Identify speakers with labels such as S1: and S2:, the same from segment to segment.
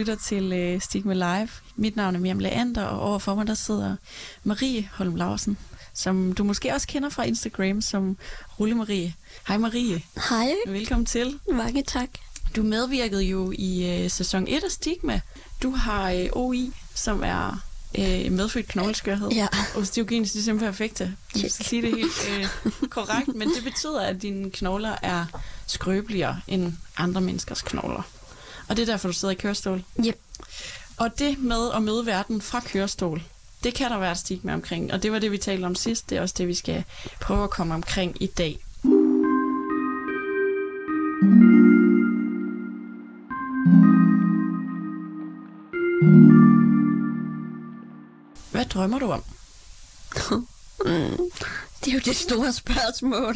S1: lytter til Stigma Live. Mit navn er Miriam Leander, og overfor mig der sidder Marie Holm Larsen, som du måske også kender fra Instagram som Rulle Marie. Hej Marie.
S2: Hej.
S1: Velkommen til.
S2: Mange tak.
S1: Du medvirkede jo i sæson 1 af Stigma. Du har OI, som er medfødt knogleskørhed.
S2: Ja.
S1: Osteogenesis, det er simpelthen perfekte. Jeg skal sige det helt korrekt, men det betyder, at dine knogler er skrøbeligere end andre menneskers knogler. Og det er derfor, du sidder i kørestol.
S2: Yep.
S1: Og det med at møde verden fra kørestol, det kan der være et stigma omkring. Og det var det, vi talte om sidst. Det er også det, vi skal prøve at komme omkring i dag. Hvad drømmer du om?
S2: Det er jo det store spørgsmål.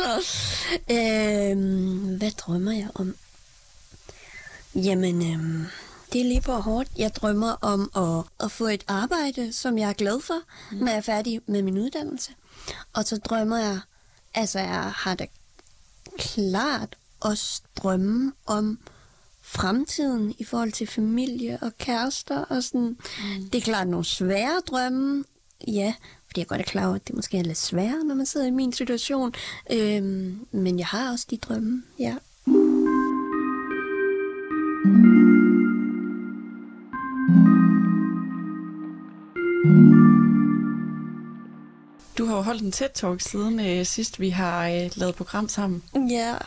S2: Hvad drømmer jeg om? Jamen, det er lige på hårdt. Jeg drømmer om at få et arbejde, som jeg er glad for, når jeg er færdig med min uddannelse. Og så drømmer jeg, altså jeg har da klart også drømme om fremtiden i forhold til familie og kærester og sådan. Det er klart nogle svære drømme, ja, fordi jeg godt er klar over, at det måske er lidt sværere, når man sidder i min situation. Men jeg har også de drømme, ja.
S1: Du har jo holdt en TED-talk siden sidst, vi har lavet program sammen.
S2: Ja.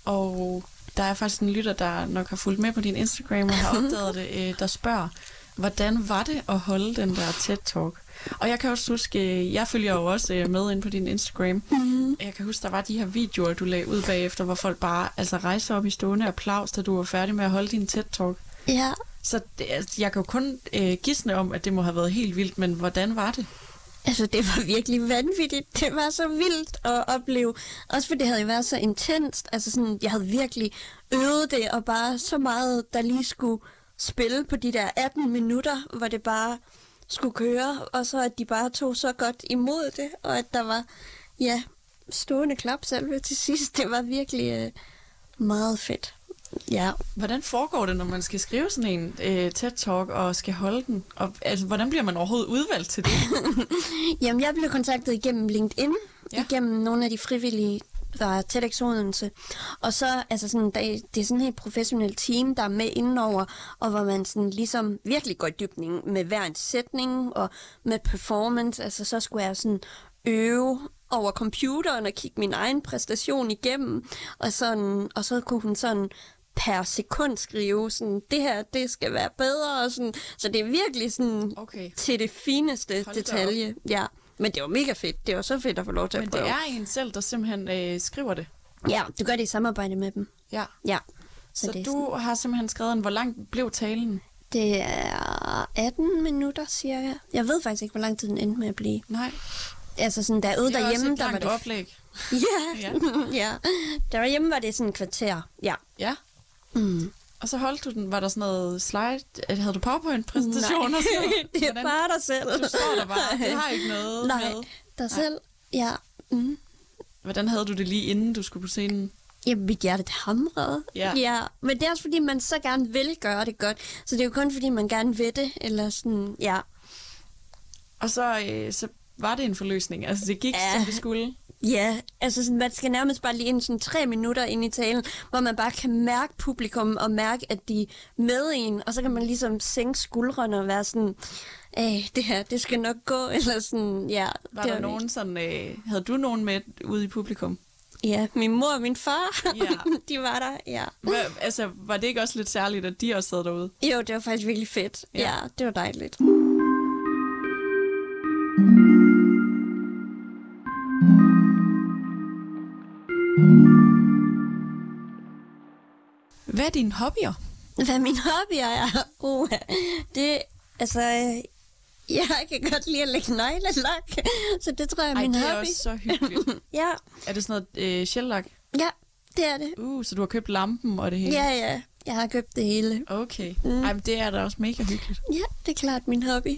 S1: Og der er faktisk en lytter, der nok har fulgt med på din Instagram og har opdaget det, der spørger, hvordan var det at holde den der TED-talk? Og jeg kan også huske, jeg følger jo også med ind på din Instagram. Jeg kan huske, der var de her videoer, du lagde ud bagefter, hvor folk bare rejser op i stående applaus, da du var færdig med at holde din TED-talk.
S2: Ja.
S1: Så jeg kan jo kun gisne om, at det må have været helt vildt, men hvordan var det?
S2: Altså, det var virkelig vanvittigt. Det var så vildt at opleve. Også fordi det havde været så intenst. Altså sådan, jeg havde virkelig øvet det, og bare så meget, der lige skulle spille på de der 18 minutter, hvor det bare skulle køre, og så at de bare tog så godt imod det, og at der var, ja, stående klapsalve til sidst. Det var virkelig meget fedt. Ja.
S1: Hvordan foregår det, når man skal skrive sådan en TED-talk og skal holde den? Og, altså, hvordan bliver man overhovedet udvalgt til det?
S2: Jamen, jeg blev kontaktet igennem LinkedIn, igennem nogle af de frivillige, der er TEDx Odense. Og så, altså sådan, det er sådan et helt professionelt team, der er med indenover, og hvor man sådan ligesom virkelig går i dybden med hver en sætning, og med performance. Altså, så skulle jeg sådan øve over computeren og kigge min egen præstation igennem, og så kunne hun sådan per sekund skrive sådan, det her, det skal være bedre, og sådan. Så det er virkelig sådan til det fineste detalje. Ja, men det var mega fedt. Det var så fedt at få lov til at prøve.
S1: Men det er en selv, der simpelthen skriver det?
S2: Ja, du gør det i samarbejde med dem.
S1: Ja.
S2: Ja.
S1: Så du har simpelthen skrevet hvor lang blev talen?
S2: Det er 18 minutter, cirka. Jeg ved faktisk ikke, hvor lang tid den endte med at blive.
S1: Nej.
S2: Altså sådan, der ude derhjemme, der var det
S1: oplæg.
S2: Ja. Ja. Derhjemme var det sådan et kvarter. Ja.
S1: Ja. Og så holdt du den, var der sådan noget slide, havde du PowerPoint-præsentation?
S2: Nej, det er bare dig selv.
S1: Du står der bare, det har ikke noget med.
S2: Dig selv, ja.
S1: Hvordan havde du det lige inden du skulle på scenen?
S2: Jamen, mit hjerte hamrede. Ja. Men det er også fordi, man så gerne vil gøre det godt. Så det er jo kun fordi, man gerne vil det, eller sådan, ja.
S1: Og så var det en forløsning? Altså, det gik, som det skulle?
S2: Ja, altså sådan, man skal nærmest bare lige ind sådan 3 minutter ind i talen, hvor man bare kan mærke publikum og mærke, at de er med en, og så kan man ligesom sænke skuldrene og være sådan, det her, det skal nok gå, eller sådan, ja.
S1: Var der nogen sådan, havde du nogen med ude i publikum?
S2: Ja, min mor og min far, de var der, ja.
S1: Altså, var det ikke også lidt særligt, at de også sad derude?
S2: Jo, det var faktisk virkelig fedt. Ja, det var dejligt.
S1: Hvad er dine hobbyer?
S2: Hvad mine hobbyer er? Det, altså, jeg kan godt lide at lægge neglelak, så det tror jeg er min hobby.
S1: Ej, det er også så hyggeligt.
S2: Ja.
S1: Er det sådan noget gel-lak?
S2: Ja, det er det.
S1: Så du har købt lampen og det hele?
S2: Ja, jeg har købt det hele.
S1: Okay. Ej, men det er da også mega hyggeligt.
S2: Ja, det er klart min hobby.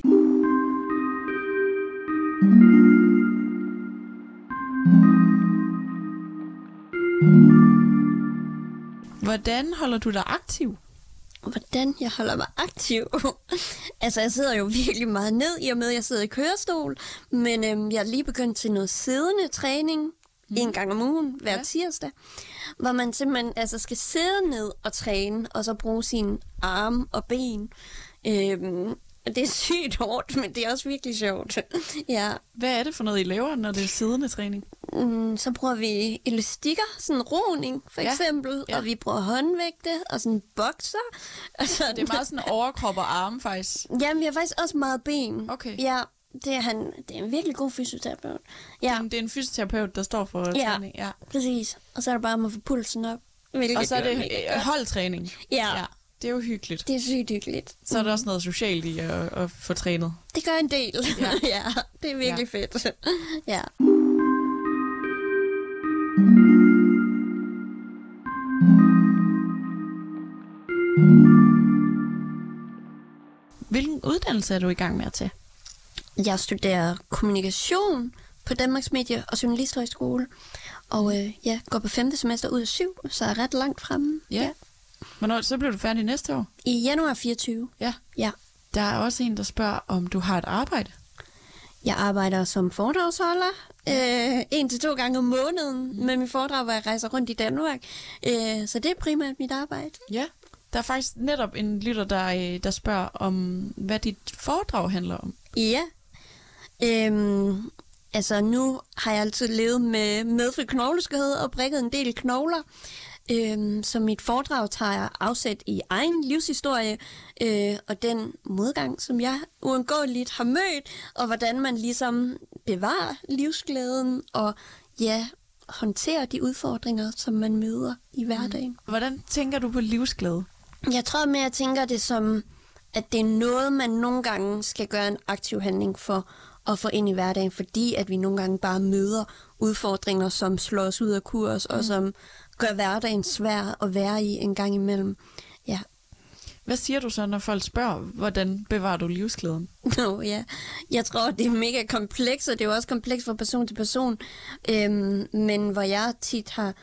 S1: Hvordan holder du dig aktiv?
S2: hvordan jeg holder mig aktiv. Altså, jeg sidder jo virkelig meget ned, i og med, at jeg sidder i kørestol. Men jeg er lige begyndt til noget siddende træning en gang om ugen, hver tirsdag. Hvor man simpelthen altså, skal sidde ned og træne, og så bruge sine arme og ben. Det er sygt hårdt, men det er også virkelig sjovt. Ja.
S1: Hvad er det for noget, I laver, når det er siddende træning?
S2: Så bruger vi elastikker, sådan roning for eksempel, og vi bruger håndvægte og sådan bokser. Altså,
S1: det er meget sådan overkrop og arme faktisk.
S2: Jamen, vi har faktisk også meget ben.
S1: Okay.
S2: Ja, det er en virkelig god fysioterapeut. Ja.
S1: Det er en fysioterapeut, der står for træning. Ja,
S2: præcis. Og så er det bare om at få pulsen op.
S1: Og så er det holdtræning.
S2: Ja.
S1: Det er jo hyggeligt.
S2: Det er sygt hyggeligt.
S1: Så er der også noget socialt i at få trænet.
S2: Det gør en del. Ja, det er virkelig fedt. Ja.
S1: Hvilken uddannelse er du i gang med at tage?
S2: Jeg studerer kommunikation på Danmarks Medie- og Journalisthøjskole. Og går på 5. semester ud af 7, så er jeg ret langt fremme.
S1: Ja. Hvornår så bliver du færdig næste år?
S2: I januar 24. Ja.
S1: Der er også en, der spørger, om du har et arbejde.
S2: Jeg arbejder som foredragsholder 1 til 2 gange om måneden med min foredrag, hvor jeg rejser rundt i Danmark. Så det er primært mit arbejde.
S1: Ja. Der er faktisk netop en lytter, der spørger om, hvad dit foredrag handler om.
S2: Ja. Altså nu har jeg altid levet med medfødt knogleskade og brækket en del knogler. Så mit foredrag tager afsæt i egen livshistorie, og den modgang, som jeg uundgåeligt har mødt, og hvordan man ligesom bevarer livsglæden, og håndterer de udfordringer, som man møder i hverdagen.
S1: Hvordan tænker du på livsglæde?
S2: Jeg tror mere, jeg tænker det som, at det er noget, man nogle gange skal gøre en aktiv handling for at få ind i hverdagen, fordi at vi nogle gange bare møder udfordringer, som slår os ud af kurs, og som gør hverdagen svær at være i en gang imellem. Ja.
S1: Hvad siger du så, når folk spørger, hvordan bevarer du livsglæden?
S2: Jeg tror, det er mega komplekst, og det er jo også komplekst fra person til person. Men hvor jeg tit har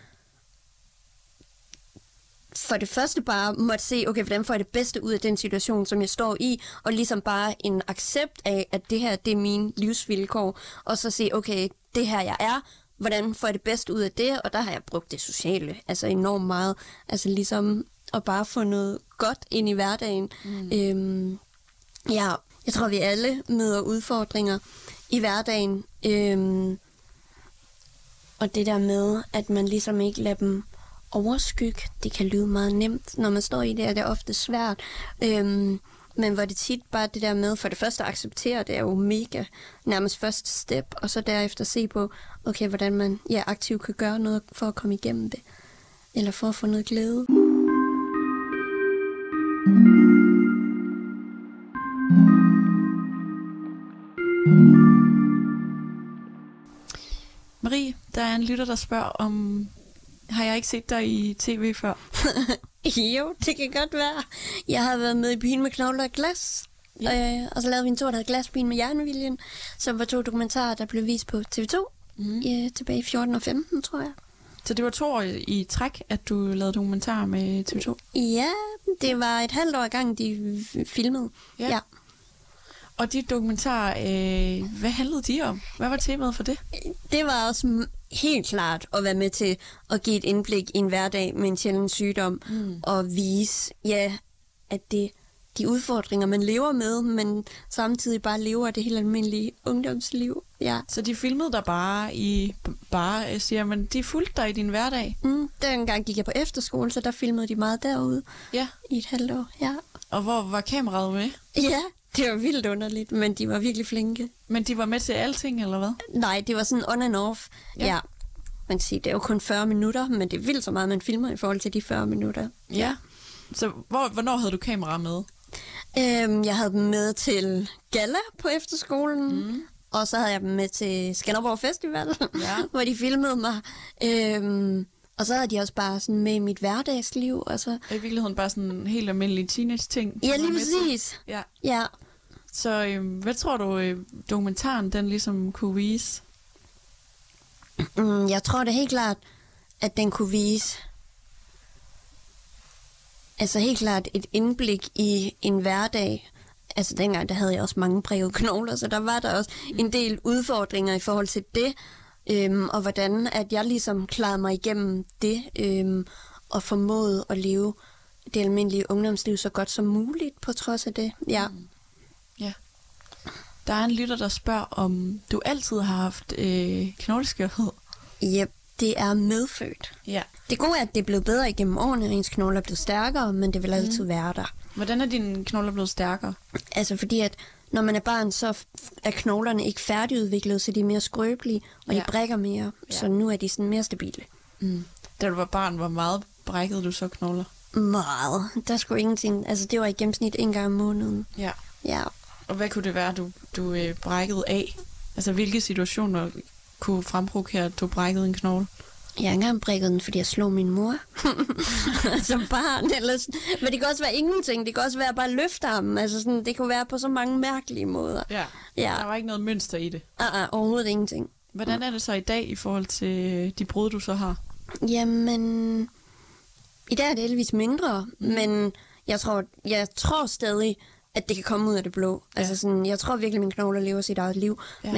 S2: for det første bare måtte se, okay, hvordan får jeg det bedste ud af den situation, som jeg står i, og ligesom bare en accept af, at det her, det er mine livsvilkår, og så se, okay, det her jeg er, hvordan får jeg det bedste ud af det, og der har jeg brugt det sociale, altså enormt meget, altså ligesom at bare få noget godt ind i hverdagen. Jeg tror, vi alle møder udfordringer i hverdagen, og det der med, at man ligesom ikke lader dem overskygge, det kan lyde meget nemt, når man står i det, og det er ofte svært. Men hvor det tit bare det der med, for det første at acceptere, det er jo mega nærmest første step, og så derefter se på, okay, hvordan man aktivt kan gøre noget for at komme igennem det, eller for at få noget glæde.
S1: Marie, der er en lytter, der spørger om, har jeg ikke set dig i tv før?
S2: Jo, det kan godt være. Jeg har været med i Pigen med knogler og glas. Og så lavede vi en tur, der hed Glaspigen med jernviljen, som var 2 dokumentarer, der blev vist på TV2 tilbage i 14 og 15, tror jeg.
S1: Så det var 2 år i træk, at du lavede dokumentarer med TV2?
S2: Ja, det var et halvt år i gang, de filmede. Ja.
S1: Og de dokumentarer, hvad handlede de om? Hvad var temaet for det?
S2: Det var også helt klart at være med til at give et indblik i en hverdag med en sjælden sygdom, og vise, at det de udfordringer, man lever med, men samtidig bare lever det helt almindelige ungdomsliv. Ja.
S1: Så de filmede dig siger man, de fulgte dig i din hverdag?
S2: Dengang gik jeg på efterskole, så der filmede de meget derude i et halvt år. Ja. Og
S1: hvor var kameraet med?
S2: Ja, det var vildt underligt, men de var virkelig flinke.
S1: Men de var med til alting, eller hvad?
S2: Nej, det var sådan on and off. Ja. Man kan sige, det er jo kun 40 minutter, men det er vildt så meget, man filmer i forhold til de 40 minutter.
S1: Ja. Så hvornår havde du kamera med?
S2: Jeg havde dem med til gala på efterskolen, og så havde jeg dem med til Skanderborg Festival, hvor de filmede mig. Og så havde de også bare sådan med i mit hverdagsliv. Og så
S1: i virkeligheden bare sådan en helt almindelig teenage-ting?
S2: Ja, lige præcis. Ja.
S1: Så hvad tror du, dokumentaren den ligesom kunne vise?
S2: Jeg tror det helt klart, at den kunne vise, Altså helt klart et indblik i en hverdag. Altså dengang, der havde jeg også mange brede knogler, så der var der også en del udfordringer i forhold til det. Og hvordan at jeg ligesom klarede mig igennem det, og formåede at leve det almindelige ungdomsliv så godt som muligt på trods af det. Ja.
S1: Ja. Der er en lytter, der spørger, om du altid har haft knogleskørhed.
S2: Yep, det er medfødt.
S1: Ja.
S2: Det gode er, at det er blevet bedre igennem årene, og ens knogler er blevet stærkere, men det vil altid være der.
S1: Hvordan er dine knogler blevet stærkere?
S2: Altså fordi, at når man er barn, så er knoglerne ikke færdigudviklet, så de er mere skrøbelige, og de brækker mere. Ja. Så nu er de sådan mere stabile.
S1: Da du var barn, hvor meget brækkede du så knogler?
S2: Meget. Der skulle ingenting. Altså det var i gennemsnit 1 gang om måneden.
S1: Ja.
S2: Ja.
S1: Og hvad kunne det være, du brækkede af? Altså hvilke situationer kunne fremprovokere, at du brækkede en knogle?
S2: Jeg har engang brækket den, fordi jeg slog min mor. Som barn. Men det kan også være ingenting. Det kan også være bare løftarmen. Altså sådan, det kunne være på så mange mærkelige måder.
S1: Ja. Der var ikke noget mønster i det.
S2: Overhovedet ingenting.
S1: Hvordan er det så i dag i forhold til de brud, du så har?
S2: Jamen, i dag er det heldigvis mindre, men jeg tror stadig, at det kan komme ud af det blå. Ja. Altså sådan, jeg tror virkelig, at mine knogler lever sit eget liv. Ja.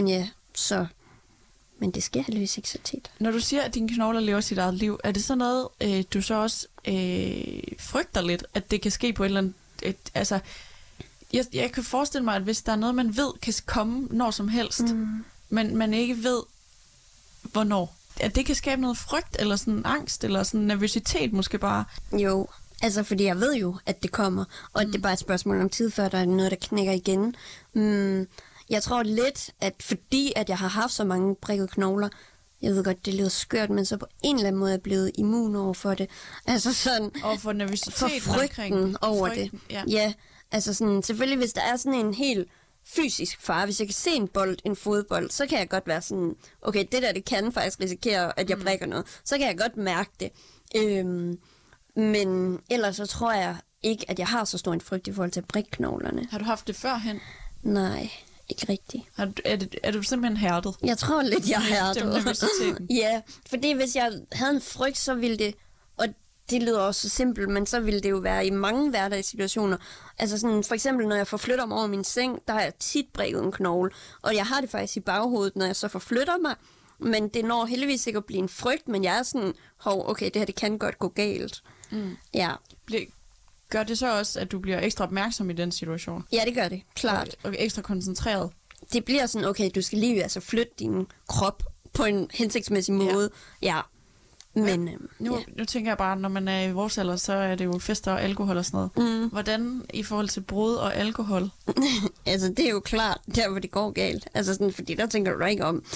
S2: Men det sker heldigvis ikke så tit.
S1: Når du siger, at dine knogler lever sit eget liv, er det så noget, du så også frygter lidt, at det kan ske på et eller andet... Altså, jeg kan forestille mig, at hvis der er noget, man ved, kan komme når som helst, men man ikke ved, hvornår. At det kan skabe noget frygt, eller sådan angst, eller sådan nervøsitet måske bare.
S2: Jo, altså fordi jeg ved jo, at det kommer, og at det bare er et spørgsmål om tid, før der er noget, der knækker igen. Jeg tror lidt, at fordi at jeg har haft så mange brækkede knogler, jeg ved godt, det lyder skørt, men så på en eller anden måde er jeg blevet immun over for det. Altså sådan...
S1: Og for nervøsitet
S2: for frygten over det. Ja, altså sådan, selvfølgelig hvis der er sådan en helt fysisk fare, hvis jeg kan se en fodbold, så kan jeg godt være sådan, okay, det der, det kan faktisk risikere, at jeg brækker noget. Så kan jeg godt mærke det. Men ellers så tror jeg ikke, at jeg har så stor en frygt i forhold til at brække knoglerne.
S1: Har du haft det førhen?
S2: Nej, ikke rigtigt.
S1: Er du simpelthen hærdet?
S2: Jeg tror lidt, jeg er hærdet. Ja, fordi hvis jeg havde en frygt, så ville det, og det lyder også så simpelt, men så ville det jo være i mange hverdagssituationer. Altså sådan, for eksempel, når jeg forflytter mig over min seng, der har jeg tit brækket en knogle, og jeg har det faktisk i baghovedet, når jeg så forflytter mig, men det når heldigvis ikke at blive en frygt, men jeg er sådan, okay, det her, det kan godt gå galt. Ja.
S1: Gør det så også, at du bliver ekstra opmærksom i den situation?
S2: Ja, det gør det, klart.
S1: Og ekstra koncentreret?
S2: Det bliver sådan, okay, du skal lige flytte din krop på en hensigtsmæssig måde. Ja. Men,
S1: nu tænker jeg bare, når man er i vores alder, så er det jo fester og alkohol og sådan noget. Hvordan i forhold til brud og alkohol?
S2: Altså, det er jo klart, der hvor det går galt. Altså sådan, fordi der tænker du ikke om.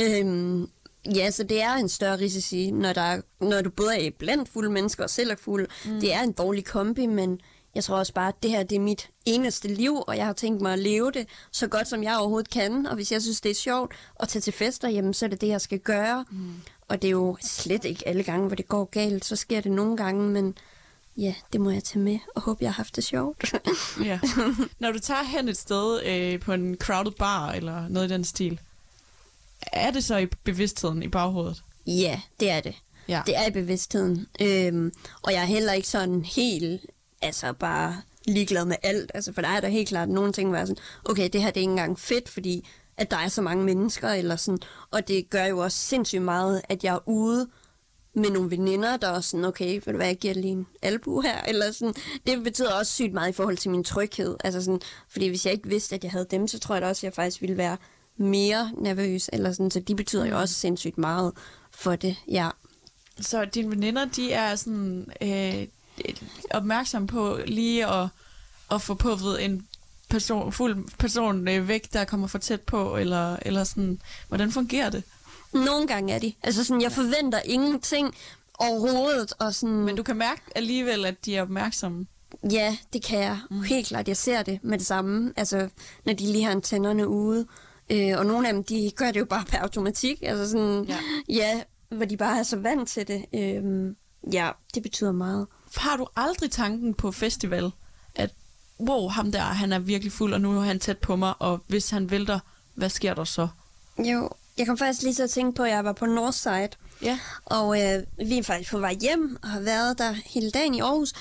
S2: Ja, så det er en større risici, når du både er blandt fulde mennesker og selv er fuld. Det er en dårlig kombi, men jeg tror også bare, at det her det er mit eneste liv, og jeg har tænkt mig at leve det så godt, som jeg overhovedet kan. Og hvis jeg synes, det er sjovt at tage til fester, jamen, så er det det, jeg skal gøre. Og det er jo slet ikke alle gange, hvor det går galt. Så sker det nogle gange, men ja, det må jeg tage med og håbe, jeg har haft det sjovt.
S1: Ja. Når du tager hen et sted på en crowded bar eller noget i den stil, er det så i bevidstheden i baghovedet?
S2: Ja, det er det. Ja. Det er i bevidstheden. Og jeg er heller ikke sådan helt, bare ligeglad med alt. Altså, for der er der helt klart nogle ting, hvor jeg er sådan, okay, det her det er ikke engang fedt, fordi at der er så mange mennesker, eller sådan. Og det gør jo også sindssygt meget, at jeg er ude med nogle veninder, der er sådan, okay, ved du hvad, jeg giver lige en albu her, eller sådan. Det betyder også sygt meget i forhold til min tryghed. Altså sådan, fordi hvis jeg ikke vidste, at jeg havde dem, så tror jeg da også, at jeg faktisk ville være mere nervøs, eller sådan, så de betyder jo også sindssygt meget for det, ja.
S1: Så dine veninder, de er sådan opmærksomme på lige at få puffet en fuld person væk, der kommer for tæt på, eller sådan, hvordan fungerer det?
S2: Nogle gange er de. Altså sådan, jeg forventer ingenting overhovedet, og sådan...
S1: Men du kan mærke alligevel, at de er opmærksomme?
S2: Ja, det kan jeg. Helt klart, jeg ser det med det samme, altså, når de lige har antennerne ude. Og nogle af dem, de gør det jo bare per automatik, altså sådan, ja, hvor de bare er så vant til det. Ja, det betyder meget.
S1: Har du aldrig tanken på festival, at wow, ham der, han er virkelig fuld, og nu er han tæt på mig, og hvis han vælter, hvad sker der så?
S2: Jo, jeg kom faktisk lige til at tænke på, at jeg var på Northside, og vi er faktisk på vej hjem, og har været der hele dagen i Aarhus,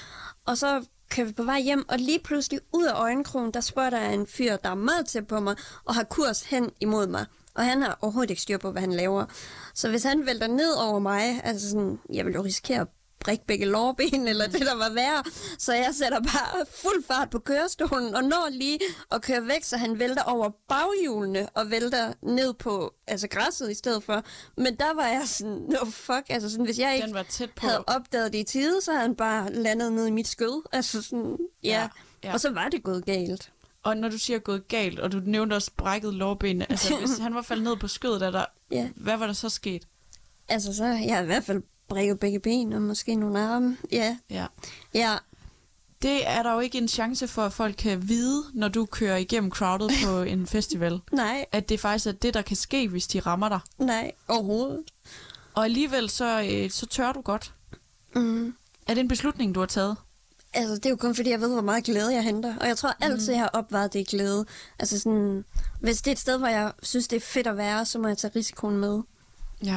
S2: og så kører vi på vej hjem, og lige pludselig ud af øjenkrogen, der spotter jeg en fyr, der er meget tæt på mig, og har kurs hen imod mig. Og han har overhovedet ikke styr på, hvad han laver. Så hvis han vælter ned over mig, altså sådan, jeg vil jo risikere at brække begge lårben, eller det, der var værre. Så jeg sætter bare fuld fart på kørestolen, og når lige at køre væk, så han vælter over baghjulene, og vælter ned på græsset i stedet for. Men der var jeg sådan, no fuck, altså sådan, hvis jeg ikke havde opdaget det i tide, så havde han bare landet ned i mit skød. Altså sådan, ja. Og så var det gået galt.
S1: Og når du siger gået galt, og du nævnte også brækket lårben, altså hvis han var faldet ned på skødet, hvad var der så sket?
S2: Altså så, jeg har i hvert fald brækket begge ben, og måske nogle arme. Ja.
S1: Det er der jo ikke en chance for, at folk kan vide, når du kører igennem crowded på en festival.
S2: Nej.
S1: At det faktisk er det, der kan ske, hvis de rammer dig.
S2: Nej, overhovedet.
S1: Og alligevel så tør du godt.
S2: Mm.
S1: Er det en beslutning, du har taget?
S2: Altså, det er jo kun fordi, jeg ved, hvor meget glæde jeg henter. Og jeg tror altid, jeg har opvejet det glæde. Altså sådan, hvis det er et sted, hvor jeg synes, det er fedt at være, så må jeg tage risikoen med.
S1: Ja.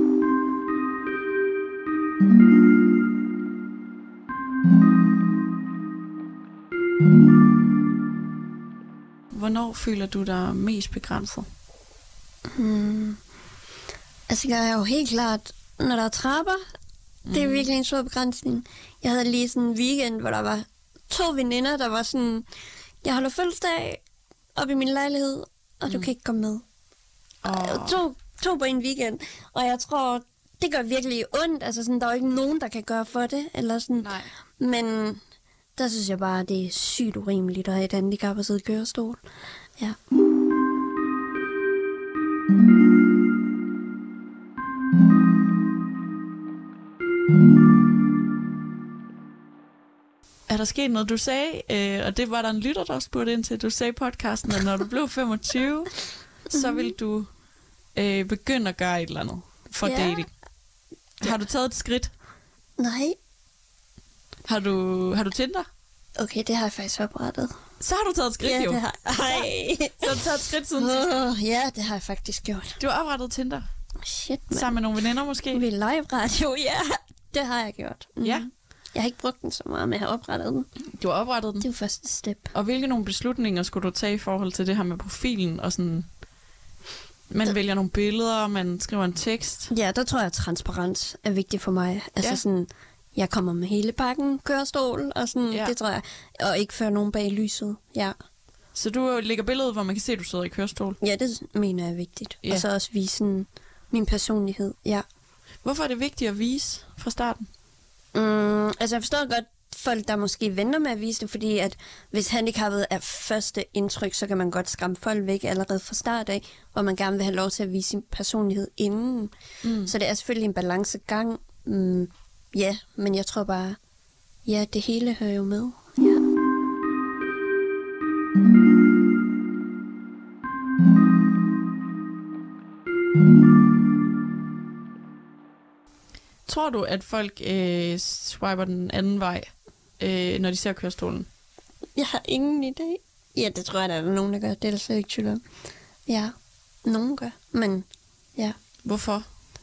S1: Hvornår føler du dig mest begrænset?
S2: Altså, jeg er jo helt klart, når der er trapper, det er virkelig en stor begrænsning. Jeg havde lige sådan en weekend, hvor der var 2 veninder, der var sådan, jeg holder fødselsdag op i min lejlighed, og du kan ikke komme med. To på en weekend, og jeg tror, det gør virkelig ondt. Altså sådan, der er jo ikke nogen, der kan gøre for det, eller sådan.
S1: Nej.
S2: Men der synes jeg bare, det er sygt urimeligt at have et handicap og sidde i kørestol. Ja.
S1: Er der sket noget, du sagde, og det var der en lytter, der spurgte ind til, du sagde i podcasten, at når du blev 25, så vil du begynde at gøre et eller andet for dating. Har du taget et skridt?
S2: Nej.
S1: Har du Tinder?
S2: Okay, det har jeg faktisk oprettet.
S1: Så har du taget et skridt,
S2: ja,
S1: jo.
S2: Det har...
S1: Så har du taget et skridt siden sidst.
S2: Ja, det har jeg faktisk gjort.
S1: Du har oprettet Tinder?
S2: Shit, man.
S1: Sammen med nogle veninder måske?
S2: Ved live radio, ja. Det har jeg gjort.
S1: Ja.
S2: Jeg har ikke brugt den så meget, men jeg har oprettet den.
S1: Du har oprettet den?
S2: Det er jo første step.
S1: Og hvilke nogle beslutninger skulle du tage i forhold til det her med profilen og sådan... Man vælger nogle billeder, man skriver en tekst.
S2: Ja, der tror jeg, at transparens er vigtigt for mig. Altså sådan, jeg kommer med hele pakken, kørestol og sådan, det tror jeg. Og ikke føre nogen bag lyset,
S1: Så du lægger billedet, hvor man kan se, at du sidder i kørestol?
S2: Ja, det mener jeg er vigtigt. Ja. Og så også vise sådan, min personlighed,
S1: Hvorfor er det vigtigt at vise fra starten?
S2: Altså jeg forstår godt folk, der måske venter med at vise det, fordi at hvis handicappet er første indtryk, så kan man godt skræmme folk væk allerede fra start af, hvor man gerne vil have lov til at vise sin personlighed inden. Så det er selvfølgelig en balancegang. Ja, men jeg tror bare, det hele hører jo med. Ja.
S1: Tror du, at folk swiper den anden vej, når de ser kørestolen?
S2: Jeg har ingen idé. Ja, det tror jeg, der er nogen, der gør. Det er der slet ikke tvivl om. Ja, nogen gør. Men ja.
S1: Hvorfor?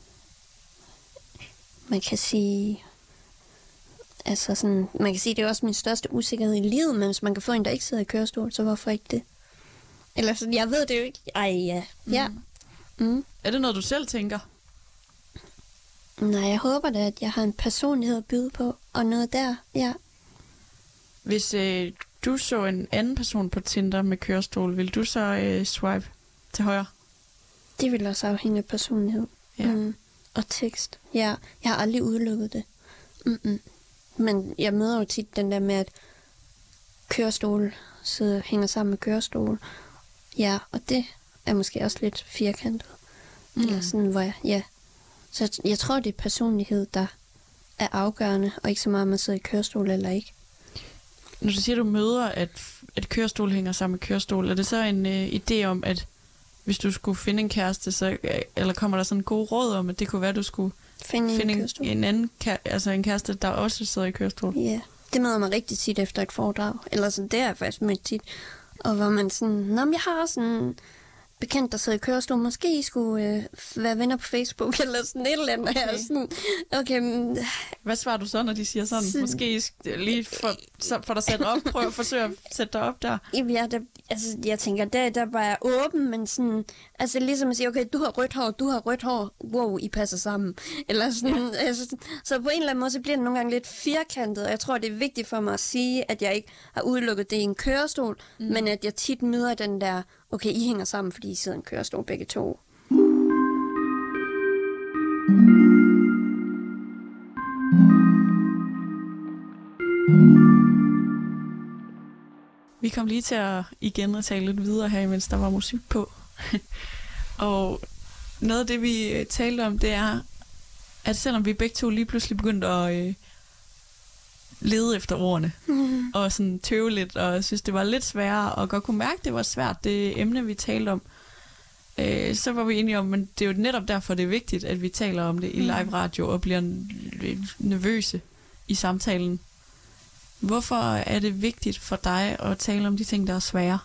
S2: Man kan sige... Altså sådan... Man kan sige, det er også min største usikkerhed i livet, men hvis man kan få en, der ikke sidder i kørestol, så hvorfor ikke det? Eller sådan, jeg ved det jo ikke. Ja.
S1: Er det noget, du selv tænker?
S2: Nej, jeg håber da, at jeg har en personlighed at byde på, og noget der,
S1: Hvis du så en anden person på Tinder med kørestol, vil du så swipe til højre?
S2: Det vil også afhænge af personlighed. Og tekst. Ja, jeg har aldrig udelukket det. Men jeg møder jo tit den der med, at kørestol hænger sammen med kørestol. Ja, og det er måske også lidt firkantet. Eller sådan, hvor Så jeg tror, det er personlighed, der er afgørende, og ikke så meget, om man sidder i kørestol eller ikke.
S1: Når du siger, du møder, at kørestol hænger sammen med kørestol, er det så en idé om, at hvis du skulle finde en kæreste, så, eller kommer der sådan en god råd om, at det kunne være, at du skulle finde en anden en kæreste, der også sidder i kørestol?
S2: Ja, det møder man rigtig tit efter et foredrag. Eller sådan, det er faktisk mødt tit. Og hvor man sådan, jeg har også bekendt, der sidder i kørestol, måske I skulle være venner på Facebook, eller sådan et eller andet.
S1: Okay.
S2: Sådan, okay.
S1: Hvad svarer du så, når de siger sådan? Måske lige for dig sætte op, prøv at forsøge at sætte dig op der.
S2: Ja, jeg tænker, der var jeg åben, men sådan, altså ligesom at sige, okay, du har rødt hår, wow, I passer sammen. Eller sådan, så på en eller anden måde, så bliver det nogle gange lidt firkantet, og jeg tror, det er vigtigt for mig at sige, at jeg ikke har udelukket det i en kørestol, men at jeg tit møder den der, okay, I hænger sammen, fordi I sidder i en kørestol begge to.
S1: Vi kom lige til at igen tale lidt videre her, mens der var musik på. Og noget af det, vi talte om, det er, at selvom vi begge to lige pludselig begyndte at lede efter ordene, og sådan tøve lidt, og synes, det var lidt sværere, og godt kunne mærke, det var svært, det emne, vi talte om, så var vi enige om, men det er jo netop derfor, det er vigtigt, at vi taler om det i live radio, og bliver nervøse i samtalen. Hvorfor er det vigtigt for dig at tale om de ting, der er svære?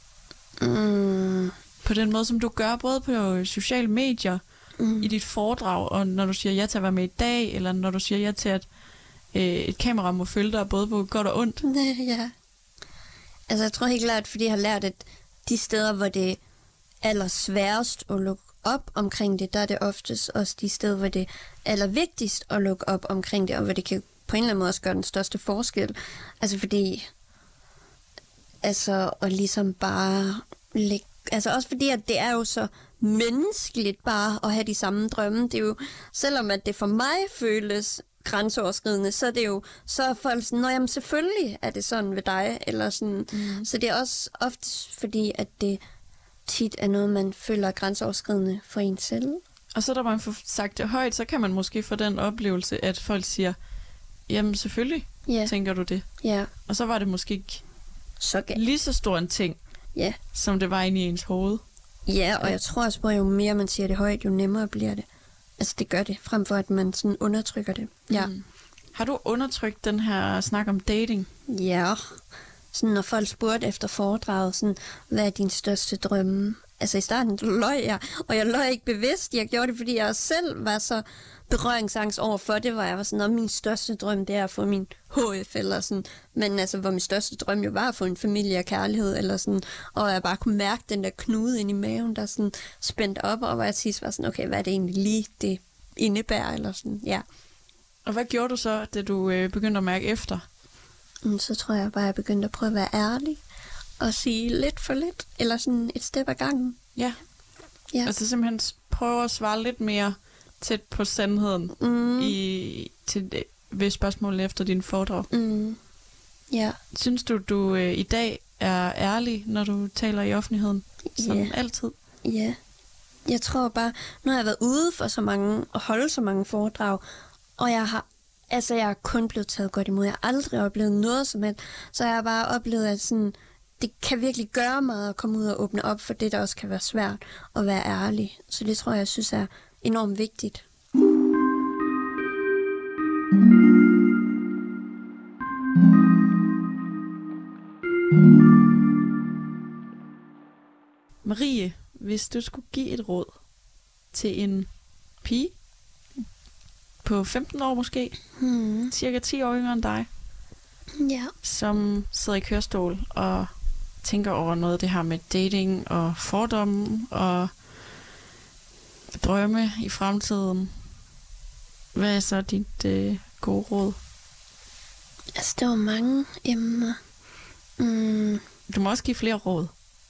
S1: På den måde, som du gør, både på sociale medier, i dit foredrag, og når du siger ja til at være med i dag, eller når du siger ja til, at et kamera må følge dig, både på godt og ondt.
S2: Ja. Altså, jeg tror helt klart, fordi jeg har lært, at de steder, hvor det er allersværest at lukke op omkring det, der er det oftest også de steder, hvor det er allervigtigst at lukke op omkring det, og hvor det kan på en eller anden måde også gøre den største forskel. Altså, fordi og ligesom bare lægge, altså også fordi, at det er jo så menneskeligt bare at have de samme drømme. Det er jo, selvom at det for mig føles grænseoverskridende, så er det jo, så er folk sådan, nå jamen selvfølgelig er det sådan ved dig, eller sådan. Så det er også ofte fordi, at det tit er noget, man føler er grænseoverskridende for en selv.
S1: Og så da man får sagt det højt, så kan man måske få den oplevelse, at folk siger, jamen selvfølgelig tænker du det.
S2: Ja.
S1: Og så var det måske ikke
S2: så
S1: lige så stor en ting, som det var inde i ens hoved.
S2: Ja, og jeg tror også, at jo mere man siger det højt, jo nemmere bliver det. Altså det gør det, frem for at man sådan undertrykker det. Ja.
S1: Har du undertrykt den her snak om dating?
S2: Ja. Sådan når folk spurgte efter foredraget, sådan, hvad er din største drømme? Altså i starten løj jeg, og jeg løj ikke bevidst. Jeg gjorde det, fordi jeg selv var så berøringsangst over for det, hvor jeg var sådan, at min største drøm, det er at få min HF, eller sådan. Men altså, hvor min største drøm jo var at få en familie og kærlighed, eller sådan. Og jeg bare kunne mærke den der knude ind i maven, der sådan spændt op, og hvor jeg sidst var sådan, okay, hvad er det egentlig lige, det indebærer, eller sådan, ja.
S1: Og hvad gjorde du så, da du begyndte at mærke efter?
S2: Så tror jeg bare, at jeg begyndte at prøve at være ærlig, og sige lidt for lidt, eller sådan et step ad gangen.
S1: Ja. Altså simpelthen prøve at svare lidt mere tæt på sandheden ved spørgsmålene efter din foredrag.
S2: Ja.
S1: Synes du i dag er ærlig, når du taler i offentligheden? Som altid?
S2: Ja. Jeg tror bare, nu har jeg været ude for så mange, og holde så mange foredrag, og jeg er kun blevet taget godt imod. Jeg har aldrig oplevet noget som helst, så jeg har bare oplevet, at sådan, det kan virkelig gøre meget at komme ud og åbne op for det, der også kan være svært at være ærlig. Så det tror jeg synes er enormt vigtigt.
S1: Marie, hvis du skulle give et råd til en pige på 15 år måske, cirka 10 år yngre end dig, som sidder i kørestol og tænker over noget af det her med dating og fordomme og drømme i fremtiden. Hvad er så dit gode råd?
S2: Altså, der var mange emner.
S1: Du må også give flere råd.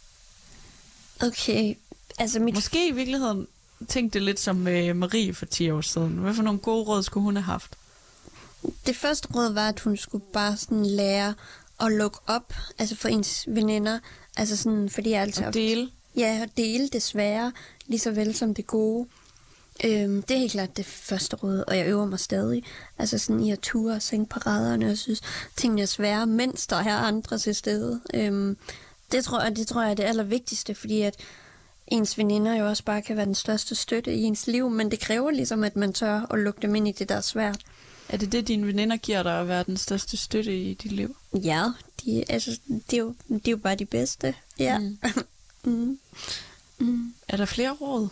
S2: Okay. Altså
S1: måske i virkeligheden tænkte det lidt som Marie for 10 år siden. Hvad for nogle gode råd skulle hun have haft?
S2: Det første råd var, at hun skulle bare sådan lære at lukke op, altså for ens veninder. Altså sådan, fordi jeg altid...
S1: Og dele?
S2: Ja, og dele det svære, lige så vel som det gode. Det er helt klart det første råd, og jeg øver mig stadig. Altså sådan i at ture og sænke paraderne, og jeg synes, tingene er svære, mens der er andre til stede. Det tror jeg er det allervigtigste, fordi at ens veninder jo også bare kan være den største støtte i ens liv, men det kræver ligesom, at man tør at lukke dem ind i det, der er svært.
S1: Er det det, dine veninder giver dig at være den største støtte i dit liv?
S2: Ja, det er jo bare de bedste. Ja.
S1: Er der flere råd?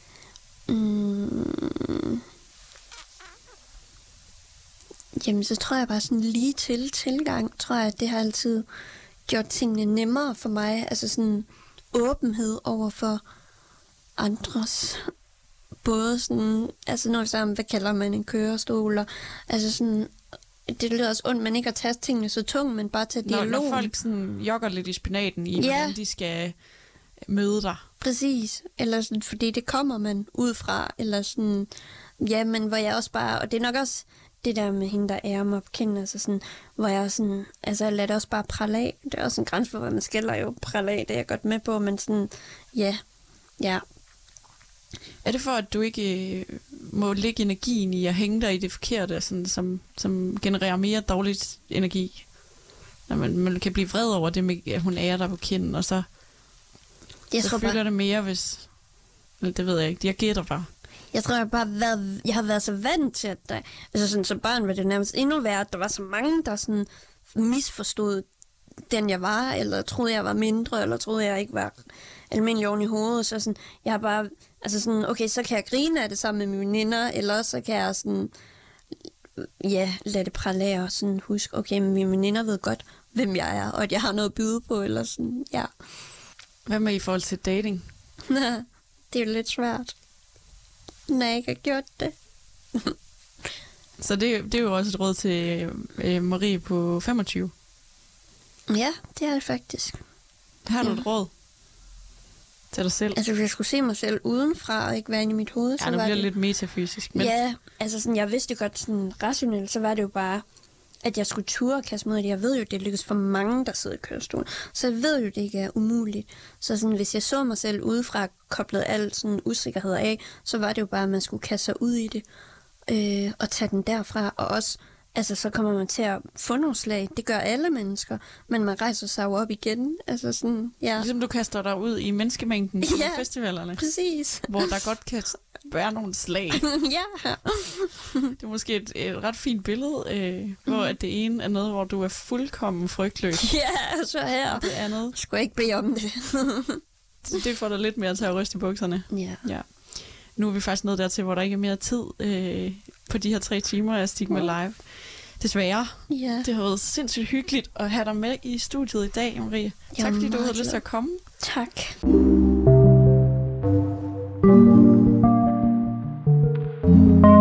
S2: Jamen, så tror jeg bare sådan lige til tilgang, tror jeg, at det har altid gjort tingene nemmere for mig. Altså sådan åbenhed over for andres. Både sådan, altså når vi sammen, hvad kalder man en kørestol, og altså sådan, det lyder også ondt, men ikke at tage tingene så tungt, men bare tage dialogen.
S1: Når folk sådan jogger lidt i spinaten i, hvordan de skal møde dig.
S2: Præcis. Eller sådan, fordi det kommer man ud fra, eller sådan, ja, men hvor jeg også bare, og det er nok også det der med hende, der er mig på kinden, altså sådan, hvor jeg sådan, altså jeg lader det også bare prale af. Det er også en grænse for, hvad man skælder jo prale af, det er jeg godt med på, men sådan, ja.
S1: Er det for, at du ikke må lægge energien i at hænge dig i det forkerte, sådan, som genererer mere dårligt energi? Når man kan blive vred over det med, at hun ærer dig på kinden, og så fylder det mere, hvis... Det ved jeg ikke. Jeg gætter bare.
S2: Jeg tror, jeg har været så vant til, at der... Altså sådan, som barn var det nærmest endnu værre, at der var så mange, der sådan misforstod den, jeg var, eller troede, jeg var mindre, eller troede, jeg ikke var almindelig oven i hovedet. Så sådan, jeg har bare... Altså sådan, okay, så kan jeg grine af det sammen med mine veninder, eller så kan jeg sådan... Ja, lade det prale af og sådan huske, okay, men mine veninder ved godt, hvem jeg er, og at jeg har noget at byde på, eller sådan, ja.
S1: Hvad med i forhold til dating?
S2: Det er jo lidt svært, når jeg ikke har gjort det.
S1: Så det er jo også et råd til Marie på 25.
S2: Ja, det er det faktisk.
S1: Har du et råd til dig selv?
S2: Altså, hvis jeg skulle se mig selv udenfra og ikke være inde i mit hoved, så var det... Ja,
S1: det bliver lidt metafysisk. Men...
S2: Ja, altså sådan, jeg vidste godt sådan rationelt, så var det jo bare, at jeg skulle ture og kaste mod det. Jeg ved jo, det lykkes for mange, der sidder i kørestolen. Så jeg ved jo, det ikke er umuligt. Så sådan, hvis jeg så mig selv udefra, koblet al sådan usikkerhed af, så var det jo bare, at man skulle kaste sig ud i det og tage den derfra. Og også, altså, så kommer man til at få nogle slag. Det gør alle mennesker, men man rejser sig jo op igen. Altså sådan, ja.
S1: Ligesom du kaster dig ud i menneskemængden på festivalerne.
S2: Præcis.
S1: Hvor der godt kan være nogle slag.
S2: Ja.
S1: Det er måske et ret fint billede, hvor at det ene er noget, hvor du er fuldkommen frygtløs.
S2: Ja, så her.
S1: Og det andet.
S2: Skulle jeg ikke bede om det.
S1: Så det får dig lidt mere til at ryste i bukserne.
S2: Ja.
S1: Nu er vi faktisk nået dertil, hvor der ikke er mere tid på de her 3 timer af Stigma Live. Desværre.
S2: Ja.
S1: Det har været sindssygt hyggeligt at have dig med i studiet i dag, Marie. Tak fordi du havde lyst til at komme.
S2: Tak.